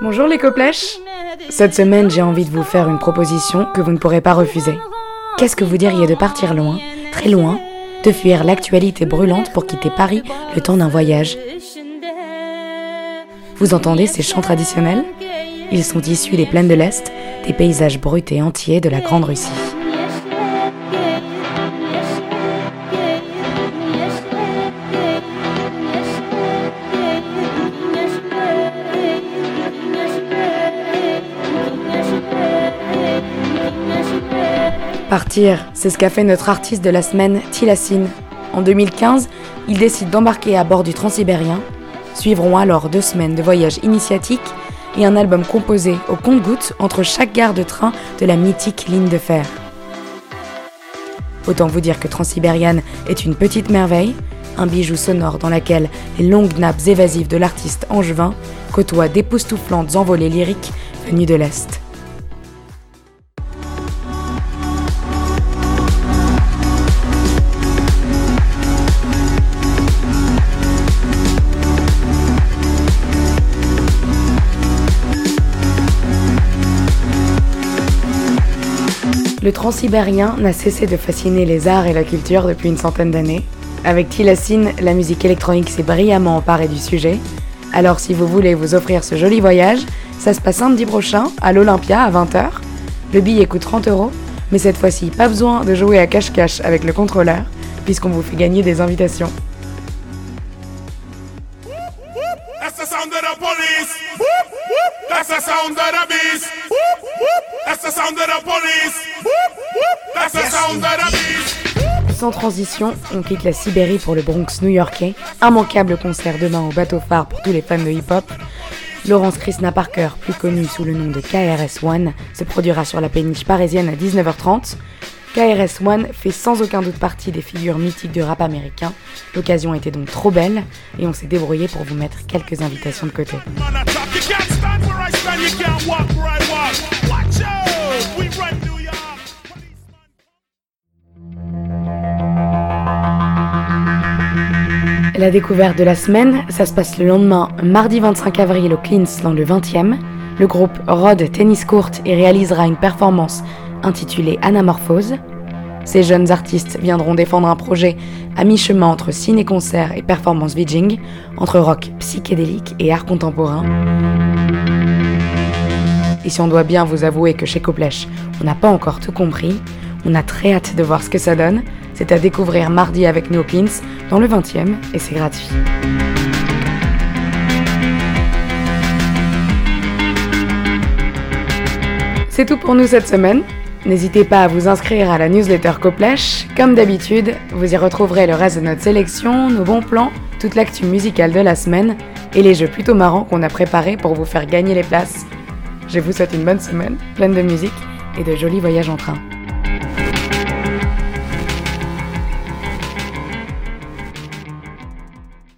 Bonjour les coplèches. Cette semaine, j'ai envie de vous faire une proposition que vous ne pourrez pas refuser. Qu'est-ce que vous diriez de partir loin, très loin, de fuir l'actualité brûlante pour quitter Paris le temps d'un voyage? Vous entendez ces chants traditionnels? Ils sont issus des plaines de l'Est, des paysages bruts et entiers de la Grande Russie. Partir, c'est ce qu'a fait notre artiste de la semaine, Tilassine. En 2015, il décide d'embarquer à bord du Transsibérien. Suivront alors 2 semaines de voyage initiatique et un album composé au compte-gouttes entre chaque gare de train de la mythique ligne de fer. Autant vous dire que Transsibériane est une petite merveille, un bijou sonore dans lequel les longues nappes évasives de l'artiste angevin côtoient d'époustouflantes envolées lyriques venues de l'Est. Le Transsibérien n'a cessé de fasciner les arts et la culture depuis une centaine d'années. Avec Tilassine, la musique électronique s'est brillamment emparée du sujet. Alors si vous voulez vous offrir ce joli voyage, ça se passe samedi prochain à l'Olympia à 20h. Le billet coûte 30€, mais cette fois-ci, pas besoin de jouer à cache-cache avec le contrôleur, puisqu'on vous fait gagner des invitations. That's the sound of the police. That's the sound of the beast. That's the sound of the police. That's the sound of the beast. Sans transition, on quitte la Sibérie pour le Bronx new-yorkais. Immanquable concert demain au bateau phare pour tous les fans de hip-hop. Laurence Krishna Parker, plus connue sous le nom de KRS-One, se produira sur la péniche parisienne à 19h30. KRS-One fait sans aucun doute partie des figures mythiques du rap américain. L'occasion était donc trop belle et on s'est débrouillé pour vous mettre quelques invitations de côté. La découverte de la semaine, ça se passe le lendemain, mardi 25 avril au Cleans dans le 20e. Le groupe Rod Tennis Court y réalisera une performance intitulée Anamorphose. Ces jeunes artistes viendront défendre un projet à mi-chemin entre ciné-concert et performance VJing, entre rock psychédélique et art contemporain. Et si on doit bien vous avouer que chez Coplèche, on n'a pas encore tout compris, on a très hâte de voir ce que ça donne. C'est à découvrir mardi avec nous au Cleans dans le 20e et c'est gratuit. C'est tout pour nous cette semaine. N'hésitez pas à vous inscrire à la newsletter Coplèche. Comme d'habitude, vous y retrouverez le reste de notre sélection, nos bons plans, toute l'actu musicale de la semaine et les jeux plutôt marrants qu'on a préparés pour vous faire gagner les places. Je vous souhaite une bonne semaine, pleine de musique et de jolis voyages en train.